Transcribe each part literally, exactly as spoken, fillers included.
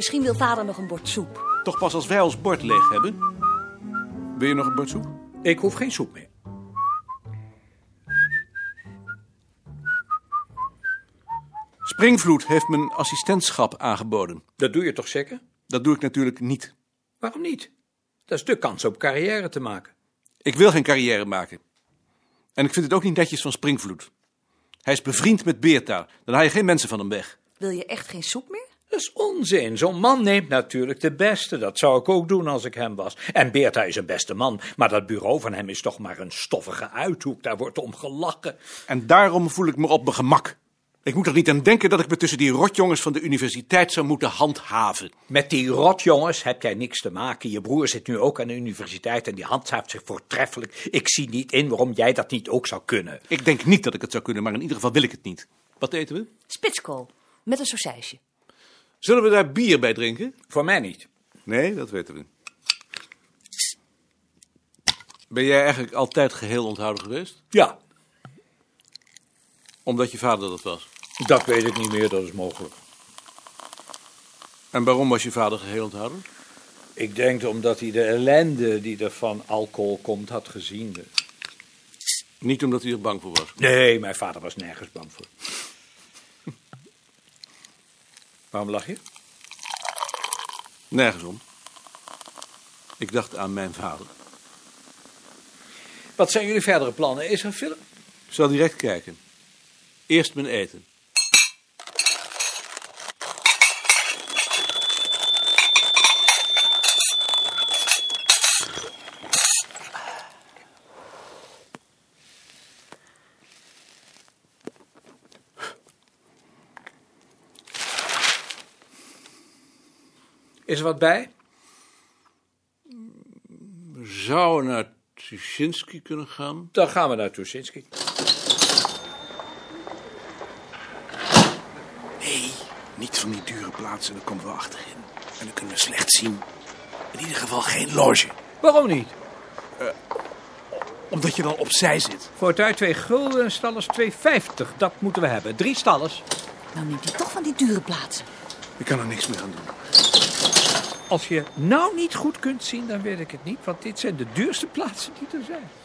Misschien wil vader nog een bord soep. Toch pas als wij ons bord leeg hebben. Wil je nog een bord soep? Ik hoef geen soep meer. Springvloed heeft mijn assistentschap aangeboden. Dat doe je toch zeker? Dat doe ik natuurlijk niet. Waarom niet? Dat is de kans om carrière te maken. Ik wil geen carrière maken. En ik vind het ook niet netjes van Springvloed. Hij is bevriend met Beerta. Dan haal je geen mensen van hem weg. Wil je echt geen soep meer? Dat is onzin. Zo'n man neemt natuurlijk de beste. Dat zou ik ook doen als ik hem was. En Beerta is een beste man. Maar dat bureau van hem is toch maar een stoffige uithoek. Daar wordt om gelachen. En daarom voel ik me op mijn gemak. Ik moet er niet aan denken dat ik me tussen die rotjongens van de universiteit zou moeten handhaven. Met die rotjongens heb jij niks te maken. Je broer zit nu ook aan de universiteit en die handhaaft zich voortreffelijk. Ik zie niet in waarom jij dat niet ook zou kunnen. Ik denk niet dat ik het zou kunnen, maar in ieder geval wil ik het niet. Wat eten we? Spitskool, met een sausijsje. Zullen we daar bier bij drinken? Voor mij niet. Nee, dat weten we. Ben jij eigenlijk altijd geheel onthouden geweest? Ja, Omdat je vader dat was. dat weet ik niet meer, dat is mogelijk. En waarom was je vader geheel onthouden? Ik denk omdat hij de ellende die er van alcohol komt had gezien. Niet omdat hij er bang voor was. Nee, mijn vader was nergens bang voor. Waarom lach je? Nergens om. Ik dacht aan mijn vader. Wat zijn jullie verdere plannen? Is er een film? Ik zal direct kijken. Eerst mijn eten. Is er wat bij? We zouden naar Tuschinski kunnen gaan. Dan gaan we naar Tuschinski. Nee, niet van die dure plaatsen, daar komen we achterin. En dan kunnen we slecht zien. In ieder geval geen loge. Waarom niet? Omdat je dan opzij zit. Fortuin twee gulden en stallers twee vijftig. Dat moeten we hebben. Drie stallers. Nou neemt hij toch van die dure plaatsen. Ik kan er niks meer aan doen. Als je nou niet goed kunt zien, dan weet ik het niet. Want dit zijn de duurste plaatsen die er zijn.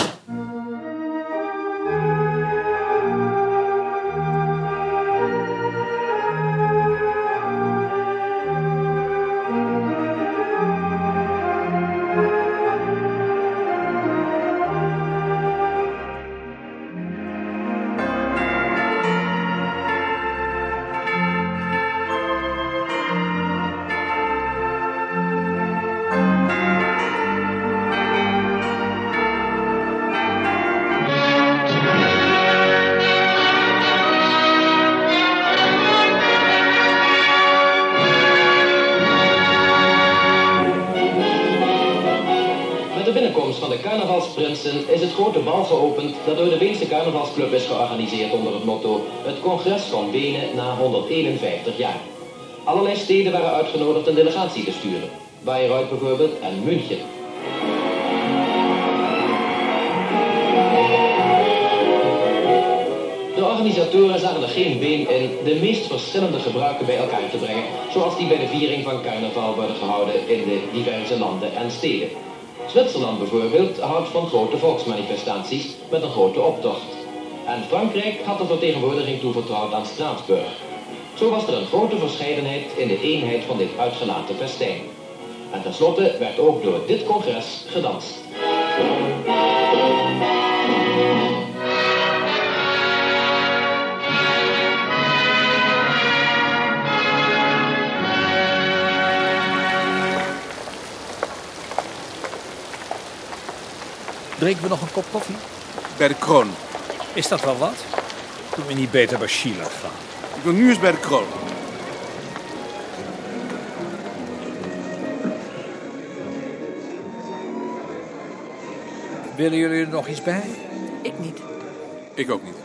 Van de carnavalsprinsen is het grote bal geopend dat door de Weense carnavalsclub is georganiseerd onder het motto het congres van Wenen na honderdeenenvijftig jaar. Allerlei steden waren uitgenodigd een delegatie te sturen. Bayreuth bijvoorbeeld en München. De organisatoren zagen er geen been in de meest verschillende gebruiken bij elkaar te brengen, zoals die bij de viering van carnaval worden gehouden in de diverse landen en steden. Zwitserland bijvoorbeeld houdt van grote volksmanifestaties met een grote optocht. En Frankrijk had de vertegenwoordiging toevertrouwd aan Straatsburg. Zo was er een grote verscheidenheid in de eenheid van dit uitgelaten festijn. En tenslotte werd ook door dit congres gedanst. Drinken we nog een kop koffie? Bij de Kroon. Is dat wel wat? Doen we niet beter bij Schiller gaan? Ik wil nu eens bij de Kroon. Willen jullie er nog iets bij? Ik niet. Ik ook niet.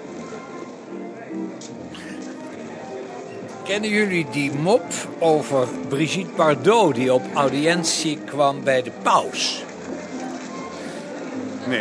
Kennen jullie die mop over Brigitte Bardot die op audiëntie kwam bij de paus? Nee.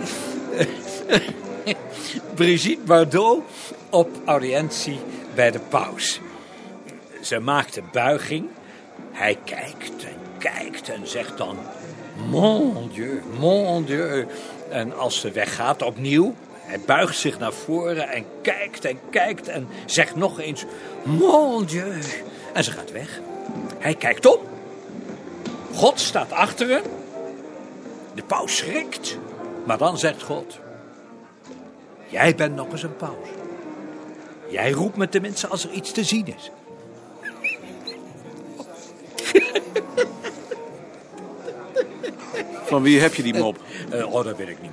Brigitte Bardot op audiëntie bij de paus. Ze maakte buiging, Hij kijkt en kijkt en zegt dan... Mon Dieu, mon Dieu. En als ze weggaat opnieuw... Hij buigt zich naar voren en kijkt en kijkt en zegt nog eens... Mon Dieu. En ze gaat weg. Hij kijkt op. God staat achter hem. De paus schrikt. Maar dan zegt God... Jij bent nog eens een paus. Jij roept me tenminste als er iets te zien is. Van wie heb je die mop? Uh, uh, oh, dat weet ik niet meer.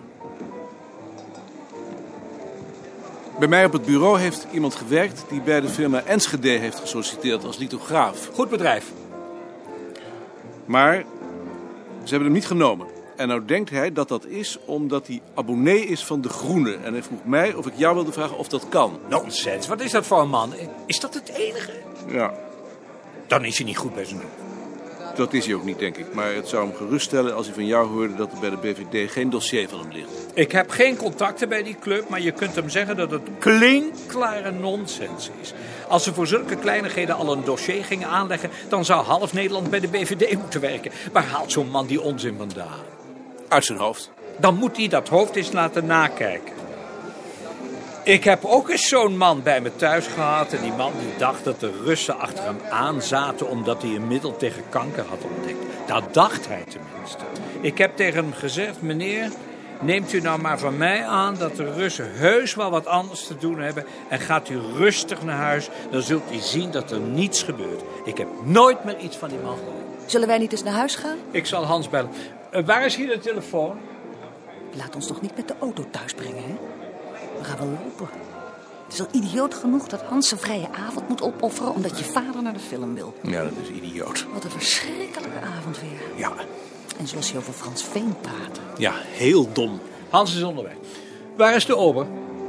Bij mij op het bureau heeft iemand gewerkt die bij de firma Enschede heeft gesolliciteerd als lithograaf. Goed bedrijf. Maar ze hebben hem niet genomen. En nou denkt hij dat dat is omdat hij abonnee is van De Groene. En hij vroeg mij of ik jou wilde vragen of dat kan. Nonsens, wat is dat voor een man? Is dat het enige? Ja. Dan is hij niet goed bij zijn doen. Dat is hij ook niet, denk ik. Maar het zou hem geruststellen als hij van jou hoorde dat er bij de B V D geen dossier van hem ligt. Ik heb geen contacten bij die club, maar je kunt hem zeggen dat het klinkklare nonsens is. Als ze voor zulke kleinigheden al een dossier gingen aanleggen, dan zou half Nederland bij de B V D moeten werken. Waar haalt zo'n man die onzin vandaan? Uit zijn hoofd. Dan moet hij dat hoofd eens laten nakijken. Ik heb ook eens zo'n man bij me thuis gehad. En die man die dacht dat de Russen achter hem aan zaten omdat hij een middel tegen kanker had ontdekt. Dat dacht hij tenminste. Ik heb tegen hem gezegd, meneer, neemt u nou maar van mij aan dat de Russen heus wel wat anders te doen hebben. En gaat u rustig naar huis, dan zult u zien dat er niets gebeurt. Ik heb nooit meer iets van die man gehoord. Zullen wij niet eens naar huis gaan? Ik zal Hans bellen. Uh, waar is hier de telefoon? Laat ons nog niet met de auto thuis brengen, hè? We gaan wel lopen. Het is al idioot genoeg dat Hans zijn vrije avond moet opofferen omdat je vader naar de film wil. Ja, dat is idioot. Wat een verschrikkelijke avond weer. Ja. En zoals hij over Frans Veen praten. Ja, heel dom. Hans is onderweg. Waar is de ober?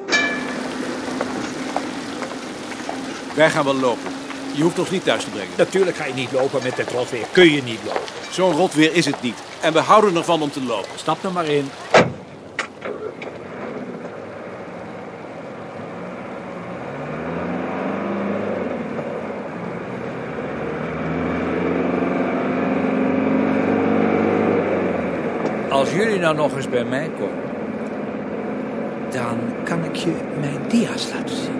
Wij gaan wel lopen. Je hoeft ons niet thuis te brengen. Natuurlijk ga je niet lopen met dit rotweer. Kun je niet lopen. Zo'n rotweer is het niet. En we houden ervan om te lopen. Stap er maar in. Als jullie nou nog eens bij mij komen, dan kan ik je mijn dia's laten zien.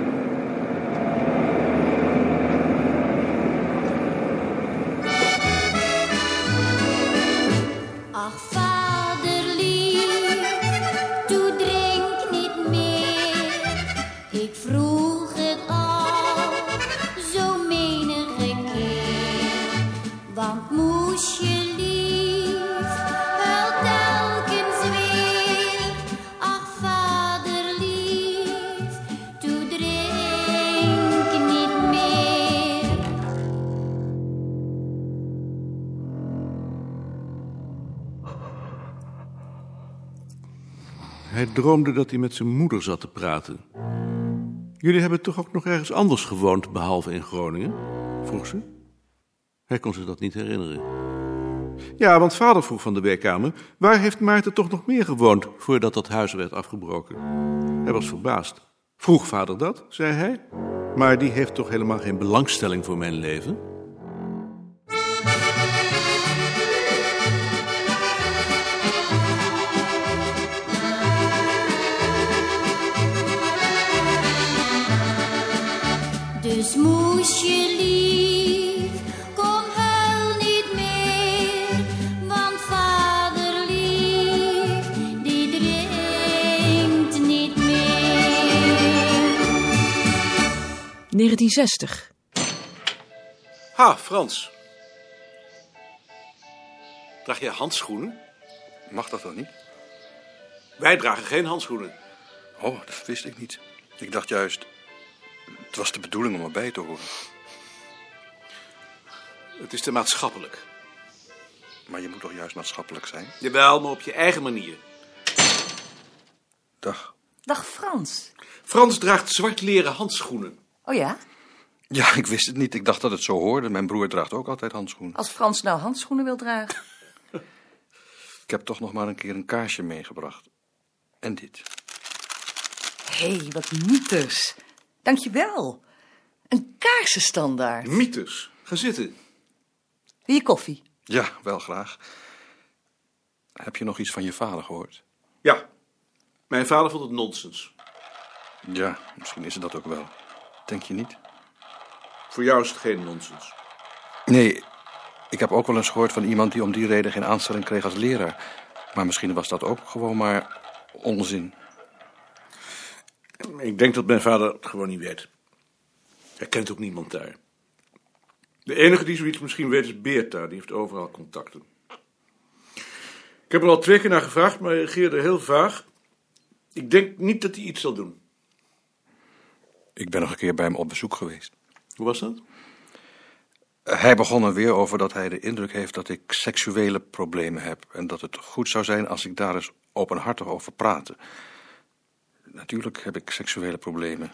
Ach, vaderlief, toe drink niet meer. Ik vroeg het al, zo menige keer. Want moest je lief, huilt telkens weer. Ach, vaderlief, toe drink niet meer. Hij droomde dat hij met zijn moeder zat te praten. Jullie hebben toch ook nog ergens anders gewoond, behalve in Groningen? Vroeg ze. Hij kon zich dat niet herinneren. Ja, want vader vroeg van de werkkamer... waar heeft Maarten toch nog meer gewoond voordat dat huis werd afgebroken? Hij was verbaasd. Vroeg vader dat, zei hij. Maar die heeft toch helemaal geen belangstelling voor mijn leven? Dus moest je lief, kom huil niet meer, want vader lief, die drinkt niet meer. negentien zestig. Ha, Frans. Draag jij handschoenen? Mag dat wel niet? Wij dragen geen handschoenen. Oh, dat wist ik niet. Ik dacht juist, het was de bedoeling om erbij te horen. Het is te maatschappelijk. Maar je moet toch juist maatschappelijk zijn? Jawel, maar op je eigen manier. Dag. Dag Frans. Frans draagt zwart leren handschoenen. Oh ja? Ja, ik wist het niet. Ik dacht dat het zo hoorde. Mijn broer draagt ook altijd handschoenen. Als Frans nou handschoenen wil dragen. Ik heb toch nog maar een keer een kaarsje meegebracht. En dit. Hé, hey, wat mythes. Dankjewel. Een kaarsenstandaard. Mythes. Ga zitten. Wil je koffie? Ja, wel graag. Heb je nog iets van je vader gehoord? Ja, mijn vader vond het nonsens. Ja, misschien is het dat ook wel. Denk je niet? Voor jou is het geen nonsens. Nee, ik heb ook wel eens gehoord van iemand die om die reden geen aanstelling kreeg als leraar. Maar misschien was dat ook gewoon maar onzin. Ik denk dat mijn vader het gewoon niet weet. Hij kent ook niemand daar. De enige die zoiets misschien weet is Beerta, die heeft overal contacten. Ik heb er al twee keer naar gevraagd, maar hij reageerde heel vaag. Ik denk niet dat hij iets zal doen. Ik ben nog een keer bij hem op bezoek geweest. Hoe was dat? Hij begon er weer over dat hij de indruk heeft dat ik seksuele problemen heb. En dat het goed zou zijn als ik daar eens openhartig over praatte. Natuurlijk heb ik seksuele problemen.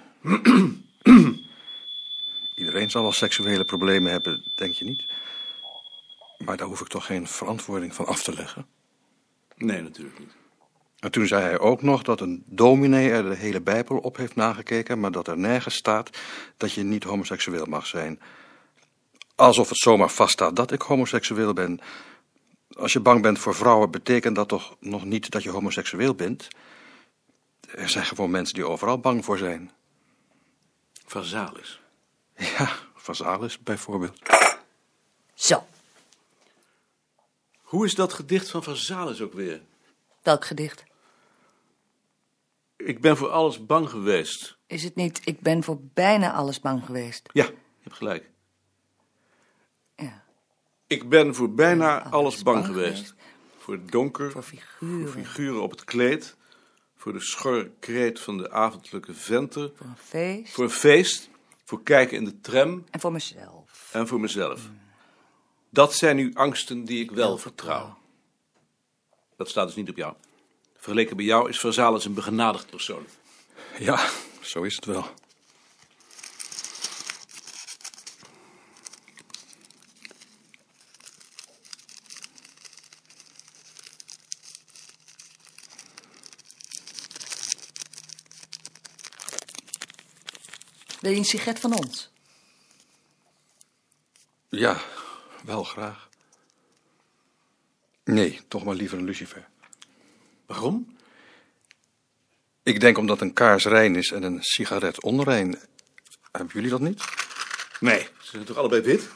Iedereen zal wel seksuele problemen hebben, denk je niet? Maar daar hoef ik toch geen verantwoording van af te leggen? Nee, natuurlijk niet. En toen zei hij ook nog dat een dominee er de hele Bijbel op heeft nagekeken, maar dat er nergens staat dat je niet homoseksueel mag zijn. Alsof het zomaar vaststaat dat ik homoseksueel ben. Als je bang bent voor vrouwen, betekent dat toch nog niet dat je homoseksueel bent? Er zijn gewoon mensen die overal bang voor zijn. Vazalis. Ja, Vazalis bijvoorbeeld. Zo, Hoe is dat gedicht van Vazalis ook weer? welk gedicht? Ik ben voor alles bang geweest. Is het niet, ik ben voor bijna alles bang geweest? Ja, je hebt gelijk. Ja. Ik ben voor bijna Alles alles bang, bang geweest. geweest. Voor het donker, Voor figuren. voor figuren op het kleed, voor de schorre kreet van de avondelijke venter, Voor een feest. voor een feest, voor kijken in de tram En voor mezelf. en voor mezelf. Dat zijn nu angsten die ik wel Wel vertrouw. vertrouw. Dat staat dus niet op jou. Vergeleken bij jou is Vazalis een begenadigd persoon. Ja, zo is het wel. Wil je een sigaret van ons? Ja, wel graag. Nee, toch maar liever een lucifer. Waarom? Ik denk omdat een kaars rein is en een sigaret onrein. Hebben jullie dat niet? Nee, ze zijn toch allebei wit?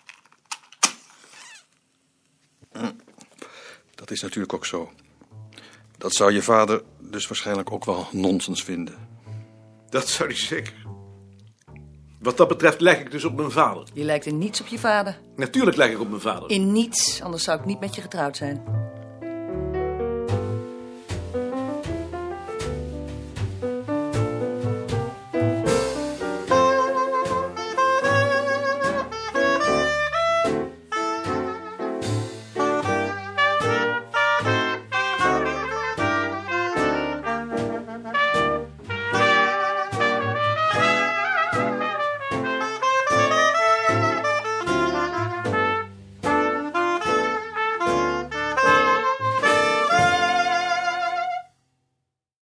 Dat is natuurlijk ook zo. Dat zou je vader dus waarschijnlijk ook wel nonsens vinden. Dat zou hij zeker. Wat dat betreft lijk ik dus op mijn vader. Je lijkt in niets op je vader. Natuurlijk lijk ik op mijn vader. In niets, anders zou ik niet met je getrouwd zijn.